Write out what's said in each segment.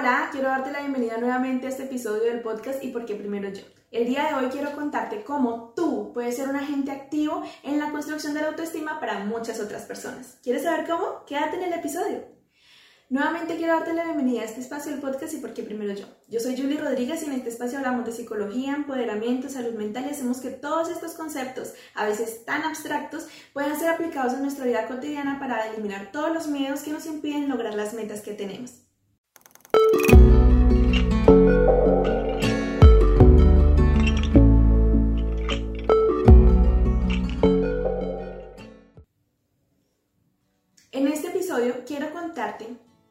Hola, quiero darte la bienvenida nuevamente a este episodio del podcast Y por qué primero yo. El día de hoy quiero contarte cómo tú puedes ser un agente activo en la construcción de la autoestima para muchas otras personas. ¿Quieres saber cómo? Quédate en el episodio. Nuevamente quiero darte la bienvenida a este espacio del podcast Y por qué primero yo. Yo soy Julie Rodríguez y en este espacio hablamos de psicología, empoderamiento, salud mental y hacemos que todos estos conceptos, a veces tan abstractos, puedan ser aplicados en nuestra vida cotidiana para eliminar todos los miedos que nos impiden lograr las metas que tenemos. En este episodio quiero contarte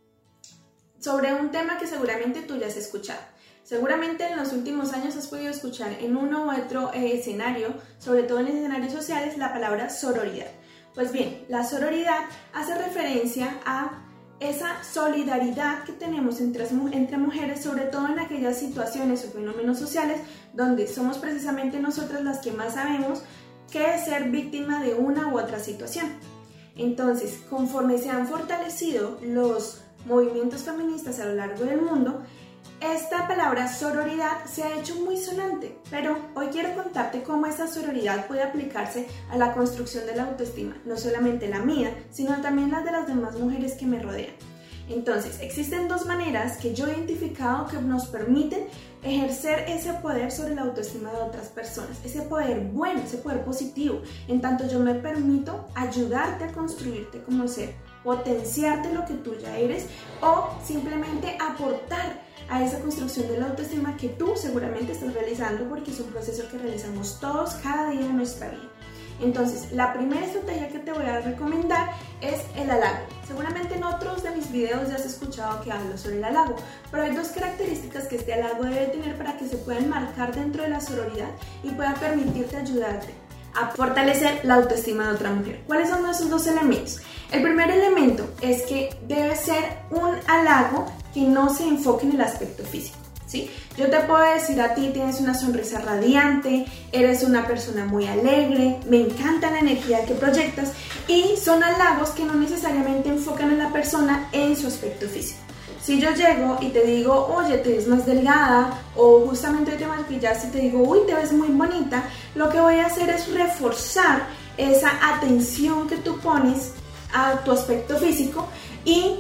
sobre un tema que seguramente tú ya has escuchado. Seguramente en los últimos años has podido escuchar en uno u otro escenario, sobre todo en escenarios sociales, la palabra sororidad. Pues bien, la sororidad hace referencia a esa solidaridad que tenemos entre mujeres, sobre todo en aquellas situaciones o fenómenos sociales donde somos precisamente nosotras las que más sabemos qué es ser víctima de una u otra situación. Entonces, conforme se han fortalecido los movimientos feministas a lo largo del mundo, esta palabra sororidad se ha hecho muy sonante, pero hoy quiero contarte cómo esta sororidad puede aplicarse a la construcción de la autoestima, no solamente la mía, sino también la de las demás mujeres que me rodean. Entonces, existen dos maneras que yo he identificado que nos permiten ejercer ese poder sobre la autoestima de otras personas, ese poder bueno, ese poder positivo, en tanto yo me permito ayudarte a construirte como ser, potenciarte lo que tú ya eres o simplemente aportar a esa construcción de la autoestima que tú seguramente estás realizando, porque es un proceso que realizamos todos cada día de nuestra vida. Entonces, la primera estrategia que te voy a recomendar es el halago. Seguramente en otros de mis videos ya has escuchado que hablo sobre el halago, pero hay dos características que este halago debe tener para que se puedan marcar dentro de la sororidad y pueda permitirte ayudarte a fortalecer la autoestima de otra mujer. ¿Cuáles son esos dos elementos? El primer elemento es que debe ser un halago que no se enfoque en el aspecto físico, ¿sí? Yo te puedo decir a ti, tienes una sonrisa radiante, eres una persona muy alegre, me encanta la energía que proyectas, y son halagos que no necesariamente enfocan a la persona en su aspecto físico. Si yo llego y te digo, oye, te ves más delgada, o justamente hoy te maquillaste y te digo, uy, te ves muy bonita, lo que voy a hacer es reforzar esa atención que tú pones a tu aspecto físico y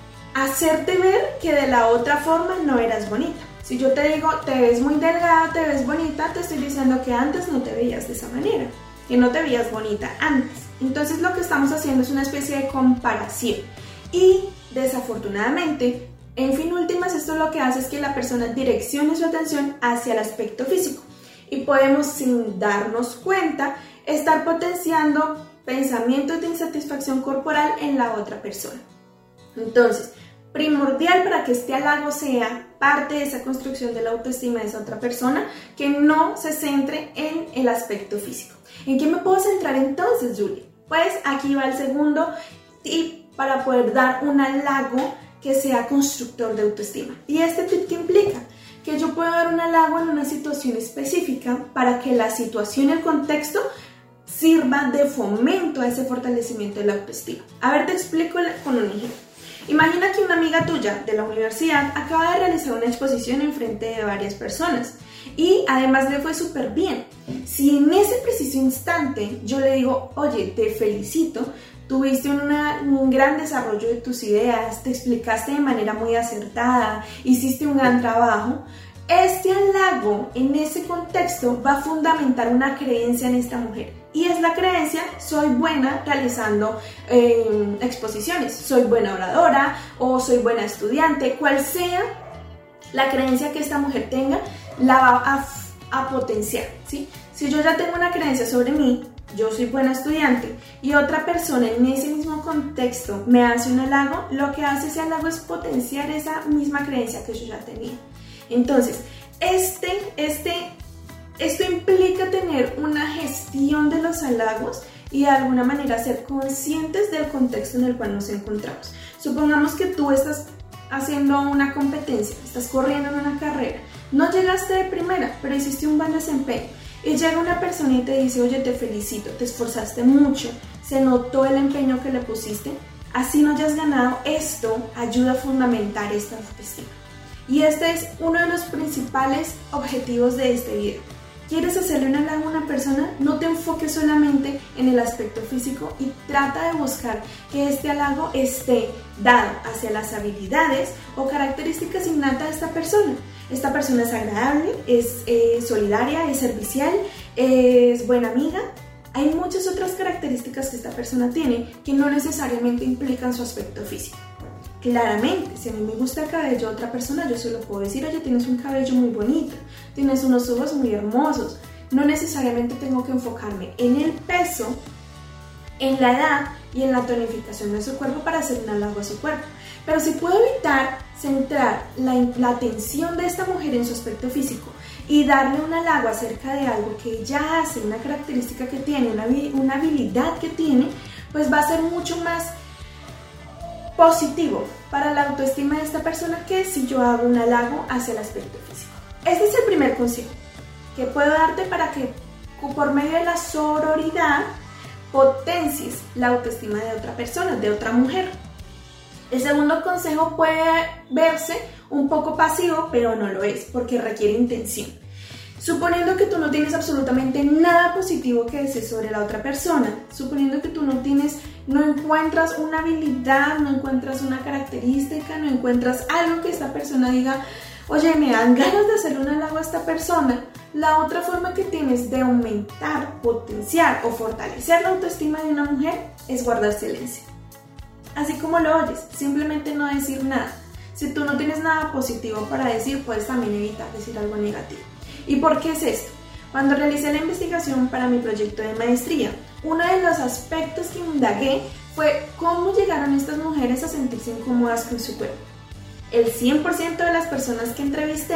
hacerte ver que de la otra forma no eras bonita. Si yo te digo, te ves muy delgada, te ves bonita, te estoy diciendo que antes no te veías de esa manera, que no te veías bonita antes. Entonces lo que estamos haciendo es una especie de comparación y desafortunadamente, en fin últimas, esto lo que hace es que la persona direccione su atención hacia el aspecto físico y podemos, sin darnos cuenta, estar potenciando pensamientos de insatisfacción corporal en la otra persona. Entonces, primordial para que este halago sea parte de esa construcción de la autoestima de esa otra persona, que no se centre en el aspecto físico. ¿En qué me puedo centrar entonces, Julie? Pues aquí va el segundo tip para poder dar un halago que sea constructor de autoestima. ¿Y este tip qué implica? Que yo puedo dar un halago en una situación específica para que la situación y el contexto sirva de fomento a ese fortalecimiento de la autoestima. A ver, te explico con un ejemplo. Imagina que una amiga tuya de la universidad acaba de realizar una exposición en frente de varias personas y además le fue súper bien. Si en ese preciso instante yo le digo, oye, te felicito, tuviste un gran desarrollo de tus ideas, te explicaste de manera muy acertada, hiciste un gran trabajo, este halago en ese contexto va a fundamentar una creencia en esta mujer. Y es la creencia, soy buena realizando exposiciones, soy buena oradora o soy buena estudiante, cual sea la creencia que esta mujer tenga, la va a potenciar, ¿sí? Si yo ya tengo una creencia sobre mí, yo soy buena estudiante, y otra persona en ese mismo contexto me hace un halago, lo que hace ese halago es potenciar esa misma creencia que yo ya tenía. Entonces, esto implica tener una gestión de los halagos y de alguna manera ser conscientes del contexto en el cual nos encontramos. Supongamos que tú estás haciendo una competencia, estás corriendo en una carrera, no llegaste de primera, pero hiciste un buen desempeño y llega una persona y te dice, oye, te felicito, te esforzaste mucho, se notó el empeño que le pusiste, así no hayas ganado, esto ayuda a fundamentar esta autoestima. Y este es uno de los principales objetivos de este video. ¿Quieres hacerle un halago a una persona? No te enfoques solamente en el aspecto físico y trata de buscar que este halago esté dado hacia las habilidades o características innatas de esta persona. Esta persona es agradable, es solidaria, es servicial, es buena amiga. Hay muchas otras características que esta persona tiene que no necesariamente implican su aspecto físico. Claramente, si a mí me gusta el cabello de otra persona, yo se lo puedo decir: oye, tienes un cabello muy bonito, tienes unos ojos muy hermosos. No necesariamente tengo que enfocarme en el peso, en la edad y en la tonificación de su cuerpo para hacer un halago a su cuerpo. Pero si puedo evitar centrar la atención de esta mujer en su aspecto físico y darle un halago acerca de algo que ella hace, una característica que tiene, una habilidad que tiene, pues va a ser mucho más positivo para la autoestima de esta persona que si yo hago un halago hacia el aspecto físico. Este es el primer consejo que puedo darte para que por medio de la sororidad potencies la autoestima de otra persona, de otra mujer. El segundo consejo puede verse un poco pasivo, pero no lo es, porque requiere intención. Suponiendo que tú no tienes absolutamente nada positivo que decir sobre la otra persona, suponiendo que tú no encuentras una habilidad, no encuentras una característica, no encuentras algo que esta persona diga: oye, me dan ganas de hacerle un halago a esta persona. La otra forma que tienes de aumentar, potenciar o fortalecer la autoestima de una mujer es guardar silencio. Así como lo oyes, simplemente no decir nada. Si tú no tienes nada positivo para decir, puedes también evitar decir algo negativo. ¿Y por qué es esto? Cuando realicé la investigación para mi proyecto de maestría, uno de los aspectos que indagué fue cómo llegaron estas mujeres a sentirse incómodas con su cuerpo. El 100% de las personas que entrevisté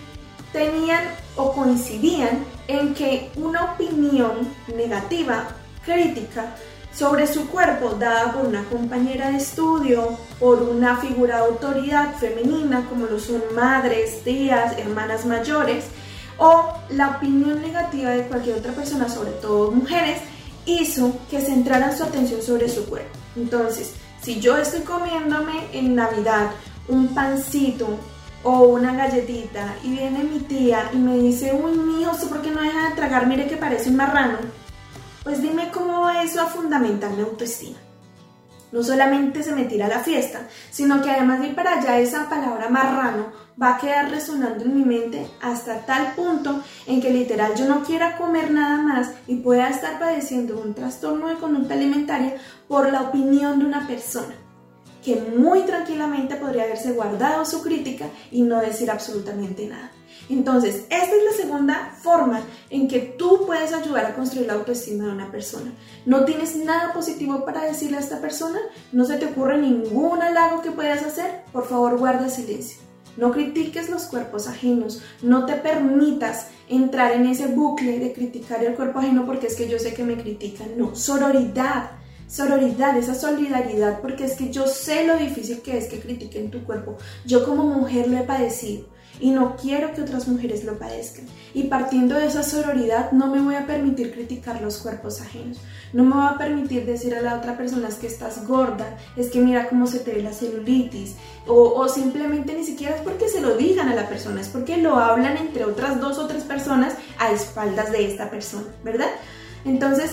tenían o coincidían en que una opinión negativa, crítica, sobre su cuerpo dada por una compañera de estudio, por una figura de autoridad femenina como lo son madres, tías, hermanas mayores, o la opinión negativa de cualquier otra persona, sobre todo mujeres, hizo que centraran su atención sobre su cuerpo. Entonces, si yo estoy comiéndome en Navidad un pancito o una galletita y viene mi tía y me dice: uy, mijo, ¿usted por qué no deja de tragar? Mire que parece un marrano. Pues dime cómo va eso a fundamentar mi autoestima. No solamente se me tira la fiesta, sino que además de ir para allá, esa palabra marrano va a quedar resonando en mi mente hasta tal punto en que literal yo no quiera comer nada más y pueda estar padeciendo un trastorno de conducta alimentaria por la opinión de una persona que muy tranquilamente podría haberse guardado su crítica y no decir absolutamente nada. Entonces, esta es la segunda forma en que tú puedes ayudar a construir la autoestima de una persona. ¿No tienes nada positivo para decirle a esta persona? ¿No se te ocurre ningún halago que puedas hacer? Por favor, guarda silencio. No critiques los cuerpos ajenos. No te permitas entrar en ese bucle de criticar el cuerpo ajeno porque es que yo sé que me critican. No, sororidad, esa solidaridad, porque es que yo sé lo difícil que es que critiquen tu cuerpo. Yo como mujer lo he padecido y no quiero que otras mujeres lo padezcan. Y partiendo de esa sororidad, no me voy a permitir criticar los cuerpos ajenos. No me voy a permitir decir a la otra persona: es que estás gorda, es que mira cómo se te ve la celulitis, o simplemente ni siquiera es porque se lo digan a la persona, es porque lo hablan entre otras 2 o 3 personas a espaldas de esta persona, ¿verdad? Entonces,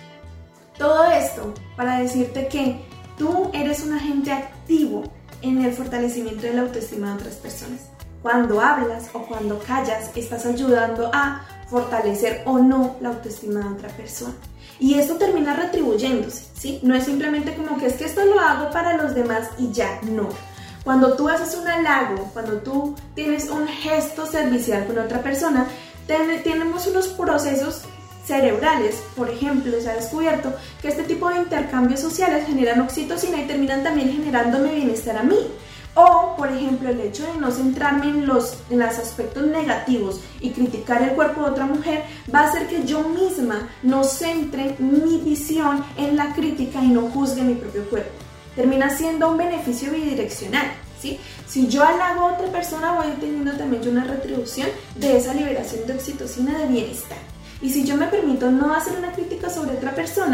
todo esto para decirte que tú eres un agente activo en el fortalecimiento de la autoestima de otras personas. Cuando hablas o cuando callas, estás ayudando a fortalecer o no la autoestima de otra persona. Y esto termina retribuyéndose, ¿sí? No es simplemente como que es que esto lo hago para los demás y ya, no. Cuando tú haces un halago, cuando tú tienes un gesto servicial con otra persona, tenemos unos procesos cerebrales, por ejemplo, se ha descubierto que este tipo de intercambios sociales generan oxitocina y terminan también generándome bienestar a mí. O, por ejemplo, el hecho de no centrarme en los aspectos negativos y criticar el cuerpo de otra mujer va a hacer que yo misma no centre mi visión en la crítica y no juzgue mi propio cuerpo. Termina siendo un beneficio bidireccional, ¿sí? Si yo halago a otra persona, voy teniendo también yo una retribución de esa liberación de oxitocina de bienestar. Y si yo me permito no hacer una crítica sobre otra persona,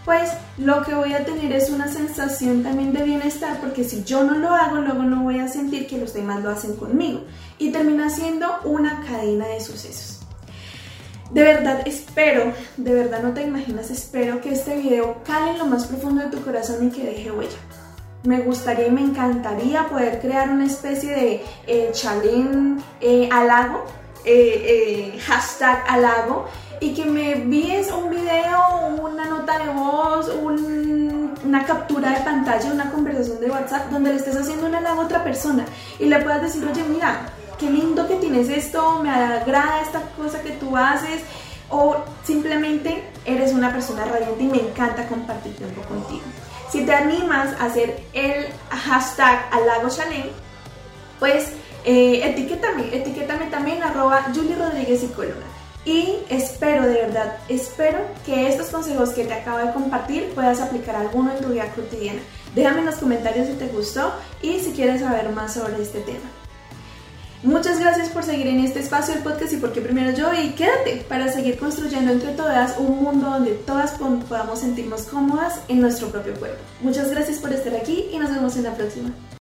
pues lo que voy a tener es una sensación también de bienestar, porque si yo no lo hago, luego no voy a sentir que los demás lo hacen conmigo y termina siendo una cadena de sucesos. De verdad espero, de verdad no te imaginas, espero que este video cale en lo más profundo de tu corazón y que deje huella. Me gustaría y me encantaría poder crear una especie de challenge halago, hashtag halago, y que me envíes un video, una nota de voz, una captura de pantalla, una conversación de WhatsApp donde le estés haciendo un halago a otra persona y le puedas decir, oye, mira, qué lindo que tienes esto, me agrada esta cosa que tú haces, o simplemente eres una persona radiante y me encanta compartir tiempo contigo. Si te animas a hacer el hashtag halago challenge, pues etiquétame también @JulieRodríguez-psicóloga. Y espero, de verdad, espero que estos consejos que te acabo de compartir puedas aplicar alguno en tu vida cotidiana. Déjame en los comentarios si te gustó y si quieres saber más sobre este tema. Muchas gracias por seguir en este espacio del podcast y porque primero yo, y quédate para seguir construyendo entre todas un mundo donde todas podamos sentirnos cómodas en nuestro propio cuerpo. Muchas gracias por estar aquí y nos vemos en la próxima.